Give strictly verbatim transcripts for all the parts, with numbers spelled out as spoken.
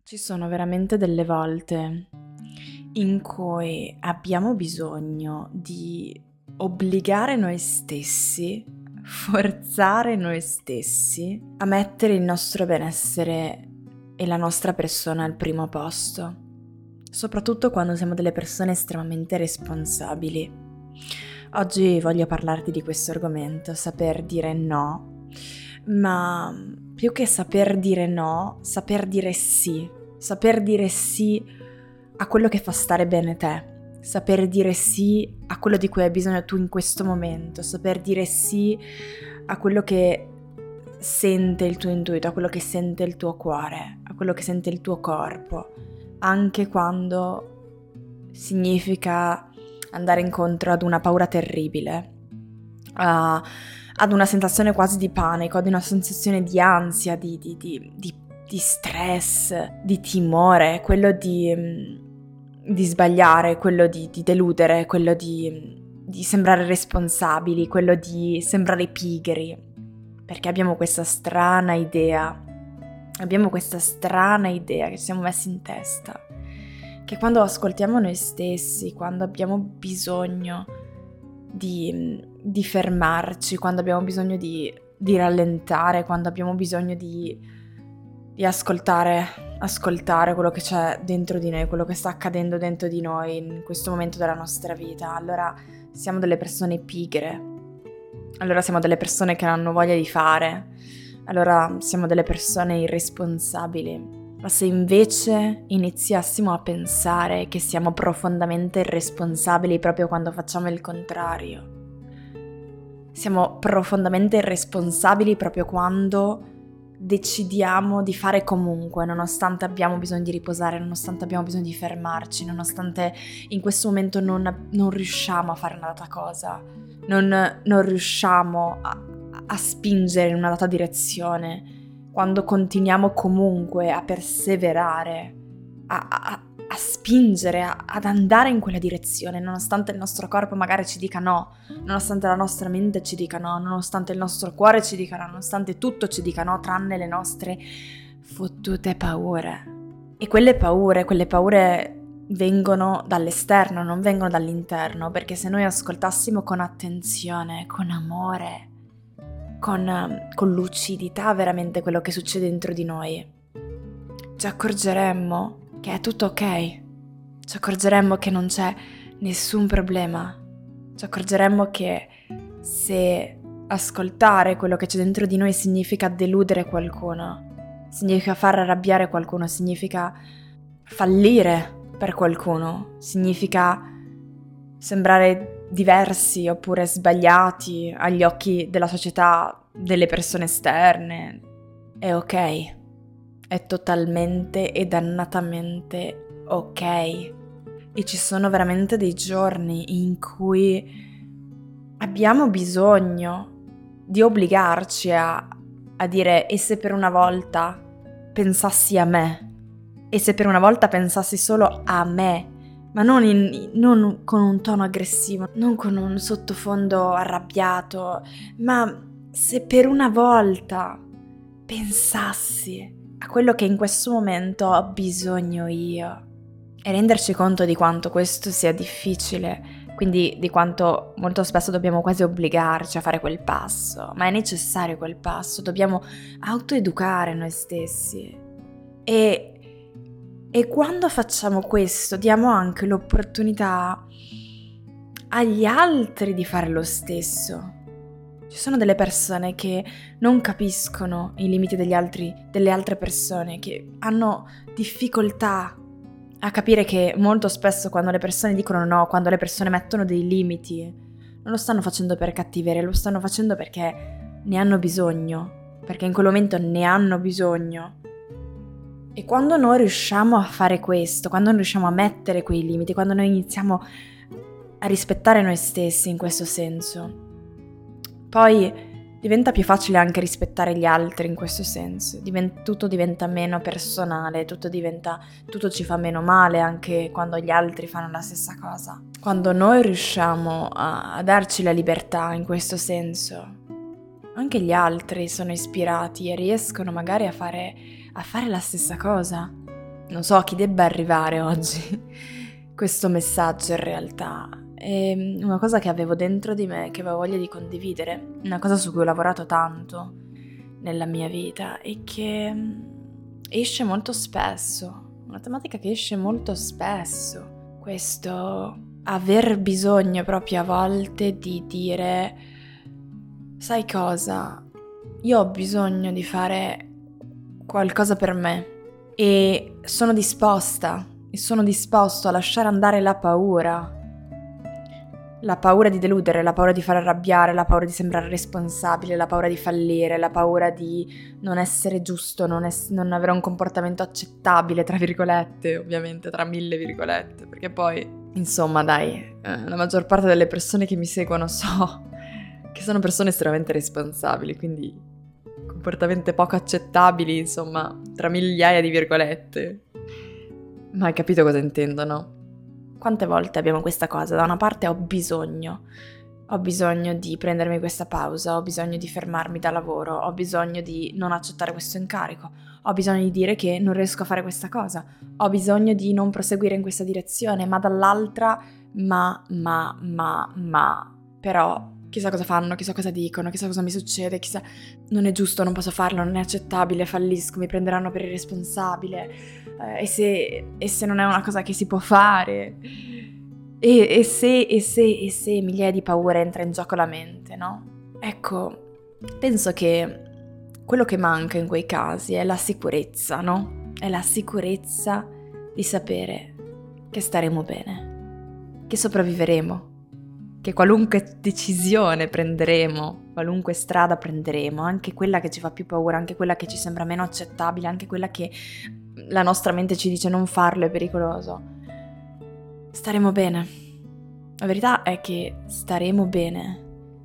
Ci sono veramente delle volte in cui abbiamo bisogno di obbligare noi stessi, forzare noi stessi a mettere il nostro benessere e la nostra persona al primo posto, soprattutto quando siamo delle persone estremamente responsabili. Oggi voglio parlarti di questo argomento, saper dire no, ma più che saper dire no, saper dire sì, saper dire sì a quello che fa stare bene te, saper dire sì a quello di cui hai bisogno tu in questo momento, saper dire sì a quello che sente il tuo intuito, a quello che sente il tuo cuore, a quello che sente il tuo corpo, anche quando significa andare incontro ad una paura terribile, uh, ad una sensazione quasi di panico, ad una sensazione di ansia, di, di, di, di, di stress, di timore, quello di, di sbagliare, quello di, di deludere, quello di, di sembrare responsabili, quello di sembrare pigri, perché abbiamo questa strana idea, abbiamo questa strana idea che ci siamo messi in testa, che quando ascoltiamo noi stessi, quando abbiamo bisogno di, di fermarci, quando abbiamo bisogno di, di rallentare, quando abbiamo bisogno di, di ascoltare, ascoltare quello che c'è dentro di noi, quello che sta accadendo dentro di noi in questo momento della nostra vita, allora siamo delle persone pigre, allora siamo delle persone che non hanno voglia di fare, allora siamo delle persone irresponsabili. Ma se invece iniziassimo a pensare che siamo profondamente irresponsabili proprio quando facciamo il contrario, siamo profondamente irresponsabili proprio quando decidiamo di fare comunque, nonostante abbiamo bisogno di riposare, nonostante abbiamo bisogno di fermarci, nonostante in questo momento non, non riusciamo a fare una data cosa, non, non riusciamo a, a spingere in una data direzione, quando continuiamo comunque a perseverare, a, a, a spingere, a, ad andare in quella direzione, nonostante il nostro corpo magari ci dica no, nonostante la nostra mente ci dica no, nonostante il nostro cuore ci dica no, nonostante tutto ci dica no, tranne le nostre fottute paure. E quelle paure, quelle paure vengono dall'esterno, non vengono dall'interno, perché se noi ascoltassimo con attenzione, con amore, Con, con lucidità veramente quello che succede dentro di noi, ci accorgeremmo che è tutto ok, ci accorgeremmo che non c'è nessun problema, ci accorgeremmo che se ascoltare quello che c'è dentro di noi significa deludere qualcuno, significa far arrabbiare qualcuno, significa fallire per qualcuno, significa sembrare diversi oppure sbagliati agli occhi della società, delle persone esterne, è ok, è totalmente e dannatamente ok. E ci sono veramente dei giorni in cui abbiamo bisogno di obbligarci a, a dire: e se per una volta pensassi a me? E se per una volta pensassi solo a me? Ma non, in, non con un tono aggressivo, non con un sottofondo arrabbiato, ma se per una volta pensassi a quello che in questo momento ho bisogno io, e renderci conto di quanto questo sia difficile, quindi di quanto molto spesso dobbiamo quasi obbligarci a fare quel passo, ma è necessario quel passo, dobbiamo autoeducare noi stessi. E E quando facciamo questo diamo anche l'opportunità agli altri di fare lo stesso. Ci sono delle persone che non capiscono i limiti degli altri, delle altre persone, che hanno difficoltà a capire che molto spesso quando le persone dicono no, quando le persone mettono dei limiti, non lo stanno facendo per cattiveria, lo stanno facendo perché ne hanno bisogno, perché in quel momento ne hanno bisogno. E quando noi riusciamo a fare questo, quando noi riusciamo a mettere quei limiti, quando noi iniziamo a rispettare noi stessi in questo senso, poi diventa più facile anche rispettare gli altri in questo senso, Divent- tutto diventa meno personale, tutto diventa, tutto ci fa meno male anche quando gli altri fanno la stessa cosa. Quando noi riusciamo a, a darci la libertà in questo senso, anche gli altri sono ispirati e riescono magari a fare, a fare la stessa cosa. non so a chi debba arrivare oggi questo messaggio in realtà. È una cosa che avevo dentro di me, che avevo voglia di condividere, una cosa su cui ho lavorato tanto nella mia vita e che esce molto spesso, una tematica che esce molto spesso, questo aver bisogno proprio a volte di dire: sai cosa, io ho bisogno di fare qualcosa per me e sono disposta e sono disposto a lasciare andare la paura, la paura di deludere, la paura di far arrabbiare, la paura di sembrare responsabile, la paura di fallire, la paura di non essere giusto, non, ess- non avere un comportamento accettabile, tra virgolette, ovviamente tra mille virgolette, perché poi, insomma dai, eh, la maggior parte delle persone che mi seguono so che sono persone estremamente responsabili, quindi comportamenti poco accettabili, insomma, tra migliaia di virgolette. Ma hai capito cosa intendo, no? Quante volte abbiamo questa cosa? Da una parte ho bisogno, ho bisogno di prendermi questa pausa, ho bisogno di fermarmi da lavoro, ho bisogno di non accettare questo incarico, ho bisogno di dire che non riesco a fare questa cosa, ho bisogno di non proseguire in questa direzione, ma dall'altra, ma, ma, ma, ma, però chissà cosa fanno, chissà cosa dicono, chissà cosa mi succede, chissà, non è giusto, non posso farlo, non è accettabile, fallisco, mi prenderanno per irresponsabile, eh, e, se, e se non è una cosa che si può fare, e, e se, e se, e se migliaia di paure entra in gioco la mente, no? Ecco, penso che quello che manca in quei casi è la sicurezza, no? È la sicurezza di sapere che staremo bene, che sopravviveremo, che qualunque decisione prenderemo, qualunque strada prenderemo, anche quella che ci fa più paura, anche quella che ci sembra meno accettabile, anche quella che la nostra mente ci dice non farlo, è pericoloso, staremo bene. La verità è che staremo bene.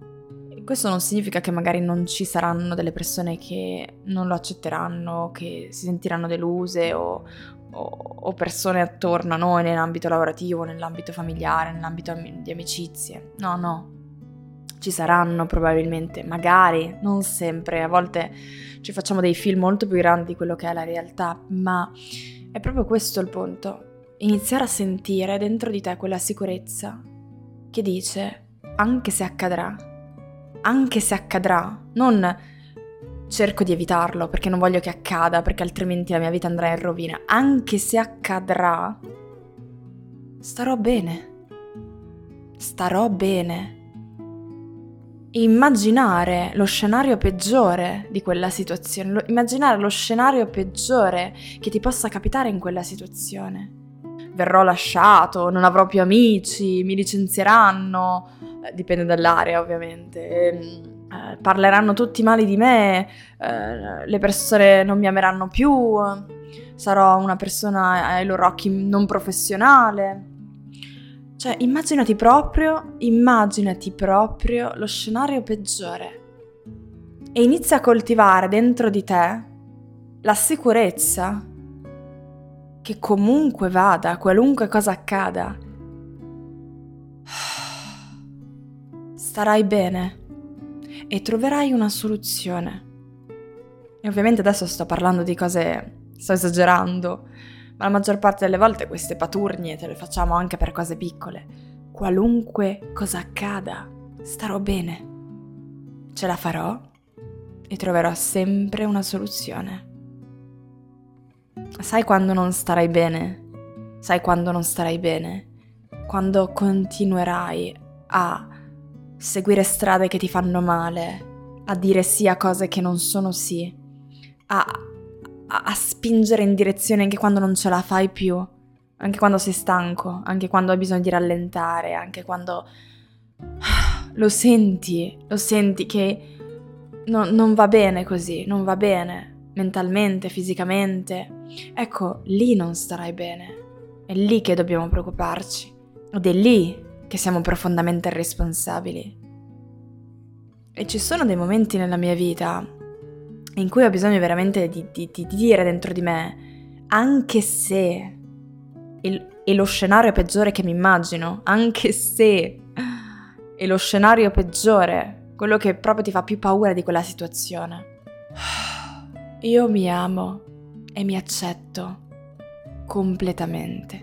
E questo non significa che magari non ci saranno delle persone che non lo accetteranno, che si sentiranno deluse o, o, o persone attorno a noi nell'ambito lavorativo, nell'ambito familiare, nell'ambito di amicizie. No, no. Ci saranno probabilmente, magari, non sempre, a volte ci facciamo dei film molto più grandi di quello che è la realtà, ma è proprio questo il punto. Iniziare a sentire dentro di te quella sicurezza che dice, anche se accadrà, anche se accadrà, non cerco di evitarlo perché non voglio che accada, perché altrimenti la mia vita andrà in rovina, anche se accadrà, starò bene, starò bene. Immaginare lo scenario peggiore di quella situazione, lo, immaginare lo scenario peggiore che ti possa capitare in quella situazione. Verrò lasciato, non avrò più amici, mi licenzieranno, eh, dipende dall'area ovviamente, eh, parleranno tutti male di me, eh, le persone non mi ameranno più, sarò una persona ai loro occhi non professionale. Cioè, immaginati proprio, immaginati proprio lo scenario peggiore e inizia a coltivare dentro di te la sicurezza che comunque vada, qualunque cosa accada, starai bene e troverai una soluzione. E ovviamente adesso sto parlando di cose, sto esagerando, ma la maggior parte delle volte queste paturnie te le facciamo anche per cose piccole. Qualunque cosa accada, starò bene. Ce la farò e troverò sempre una soluzione. Sai quando non starai bene? Sai quando non starai bene? Quando continuerai a seguire strade che ti fanno male, a dire sì a cose che non sono sì, a... a spingere in direzione anche quando non ce la fai più, anche quando sei stanco, anche quando hai bisogno di rallentare, anche quando lo senti, lo senti che no, non va bene così, non va bene mentalmente, fisicamente. Ecco, lì non starai bene, è lì che dobbiamo preoccuparci ed è lì che siamo profondamente responsabili. E ci sono dei momenti nella mia vita in cui ho bisogno veramente di, di, di dire dentro di me, anche se è, è lo scenario peggiore che mi immagino, anche se è lo scenario peggiore, quello che proprio ti fa più paura di quella situazione. Io mi amo e mi accetto completamente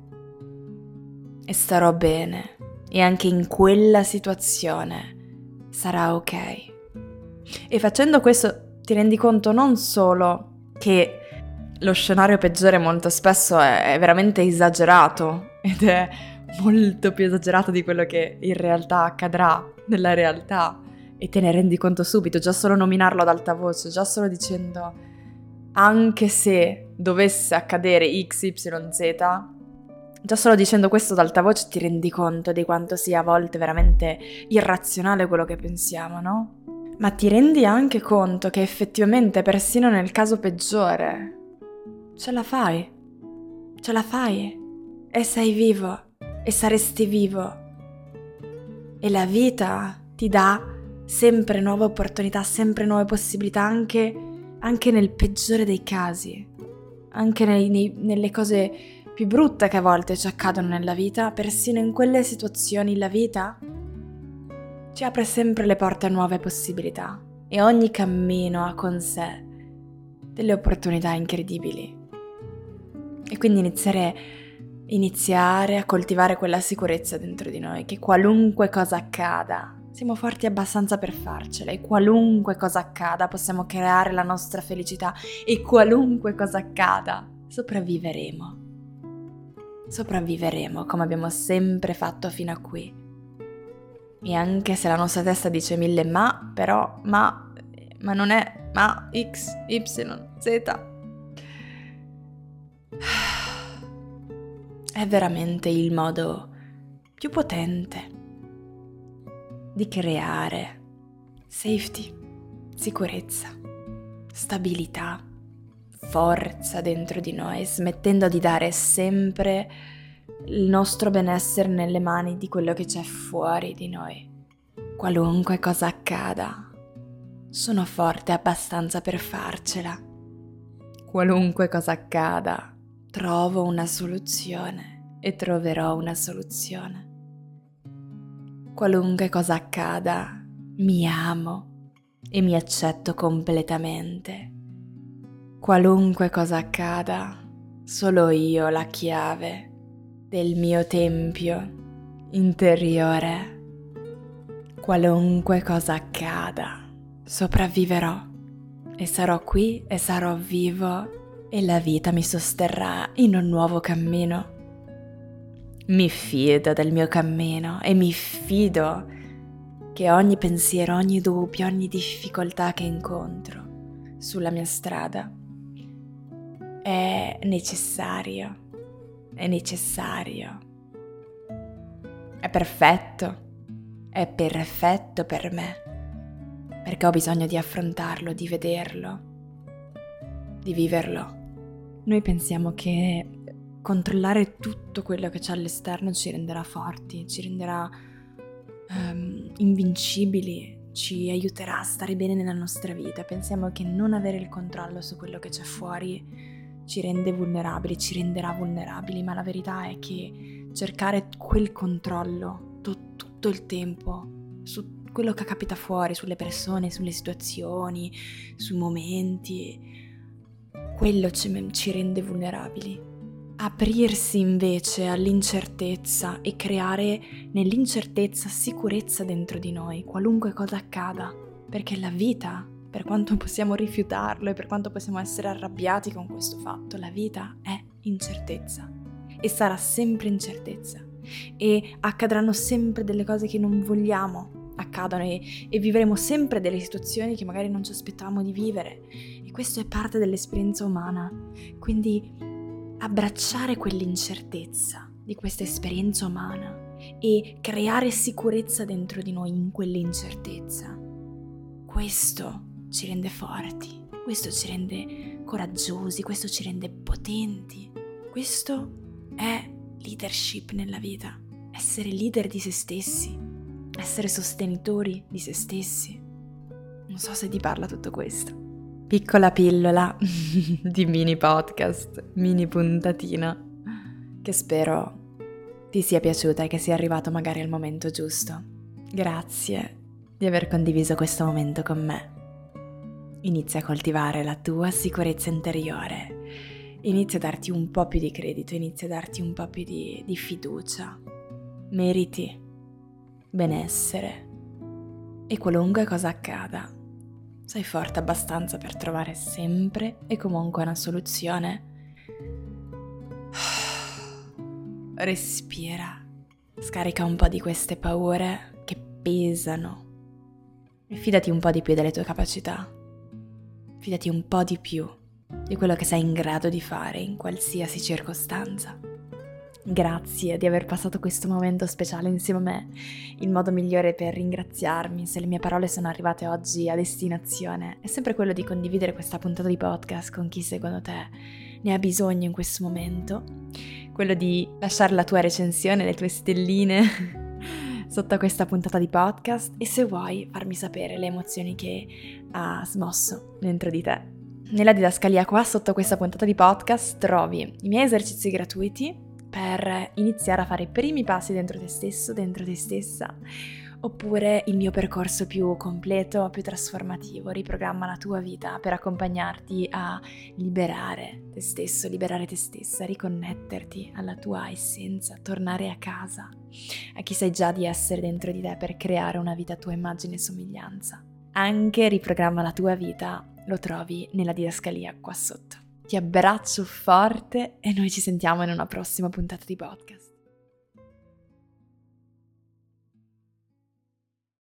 e starò bene e anche in quella situazione sarà ok. E facendo questo ti rendi conto non solo che lo scenario peggiore molto spesso è, è veramente esagerato ed è molto più esagerato di quello che in realtà accadrà nella realtà e te ne rendi conto subito, già solo nominarlo ad alta voce, già solo dicendo anche se dovesse accadere X Y Z, già solo dicendo questo ad alta voce ti rendi conto di quanto sia a volte veramente irrazionale quello che pensiamo, no? Ma ti rendi anche conto che effettivamente persino nel caso peggiore ce la fai, ce la fai e sei vivo e saresti vivo e la vita ti dà sempre nuove opportunità, sempre nuove possibilità anche, anche nel peggiore dei casi, anche nei, nei, nelle cose più brutte che a volte ci accadono nella vita, persino in quelle situazioni la vita ci apre sempre le porte a nuove possibilità e ogni cammino ha con sé delle opportunità incredibili. E quindi iniziare, iniziare a coltivare quella sicurezza dentro di noi, che qualunque cosa accada, siamo forti abbastanza per farcela e qualunque cosa accada possiamo creare la nostra felicità e qualunque cosa accada sopravviveremo. Sopravviveremo come abbiamo sempre fatto fino a qui. E anche se la nostra testa dice mille ma, però ma, ma non è ma X, Y, Z. È veramente il modo più potente di creare safety, sicurezza, stabilità, forza dentro di noi, smettendo di dare sempre il nostro benessere nelle mani di quello che c'è fuori di noi. Qualunque cosa accada, sono forte abbastanza per farcela. Qualunque cosa accada, trovo una soluzione e troverò una soluzione. Qualunque cosa accada, mi amo e mi accetto completamente. Qualunque cosa accada, solo io ho la chiave del mio tempio interiore. Qualunque cosa accada, sopravviverò e sarò qui e sarò vivo e la vita mi sosterrà in un nuovo cammino. Mi fido del mio cammino e mi fido che ogni pensiero, ogni dubbio, ogni difficoltà che incontro sulla mia strada è necessario. È necessario, è perfetto, è perfetto per me, perché ho bisogno di affrontarlo, di vederlo, di viverlo. Noi pensiamo che controllare tutto quello che c'è all'esterno ci renderà forti, ci renderà um, invincibili, ci aiuterà a stare bene nella nostra vita. Pensiamo che non avere il controllo su quello che c'è fuori ci rende vulnerabili, ci renderà vulnerabili, ma la verità è che cercare quel controllo to- tutto il tempo su quello che capita fuori, sulle persone, sulle situazioni, sui momenti, quello ci, ci rende vulnerabili. Aprirsi invece all'incertezza e creare nell'incertezza sicurezza dentro di noi, qualunque cosa accada, perché la vita, per quanto possiamo rifiutarlo e per quanto possiamo essere arrabbiati con questo fatto, la vita è incertezza e sarà sempre incertezza e accadranno sempre delle cose che non vogliamo accadano e, e vivremo sempre delle situazioni che magari non ci aspettavamo di vivere e questo è parte dell'esperienza umana. Quindi abbracciare quell'incertezza di questa esperienza umana e creare sicurezza dentro di noi in quell'incertezza, questo ci rende forti, questo ci rende coraggiosi, questo ci rende potenti. Questo è leadership nella vita, essere leader di se stessi, essere sostenitori di se stessi. Non so se ti parla tutto questo. Piccola pillola di mini podcast, mini puntatina, che spero ti sia piaciuta e che sia arrivato magari al momento giusto. Grazie di aver condiviso questo momento con me. Inizia a coltivare la tua sicurezza interiore inizia a darti un po' più di credito, inizia a darti un po' più di, di fiducia. Meriti benessere e qualunque cosa accada, sei forte abbastanza per trovare sempre e comunque una soluzione. Respira, scarica un po' di queste paure che pesano e fidati un po' di più delle tue capacità. Fidati un po' di più di quello che sei in grado di fare in qualsiasi circostanza. Grazie di aver passato questo momento speciale insieme a me. Il modo migliore per ringraziarmi se le mie parole sono arrivate oggi a destinazione è sempre quello di condividere questa puntata di podcast con chi secondo te ne ha bisogno in questo momento, quello di lasciare la tua recensione, le tue stelline sotto questa puntata di podcast e se vuoi farmi sapere le emozioni che ha smosso dentro di te. Nella didascalia qua sotto questa puntata di podcast trovi i miei esercizi gratuiti per iniziare a fare i primi passi dentro te stesso, dentro te stessa, oppure il mio percorso più completo, più trasformativo, riprogramma la tua vita per accompagnarti a liberare te stesso, liberare te stessa, riconnetterti alla tua essenza, tornare a casa, a chi sai già di essere dentro di te per creare una vita a tua immagine e somiglianza. Anche riprogramma la tua vita lo trovi nella didascalia qua sotto. Ti abbraccio forte e noi ci sentiamo in una prossima puntata di podcast.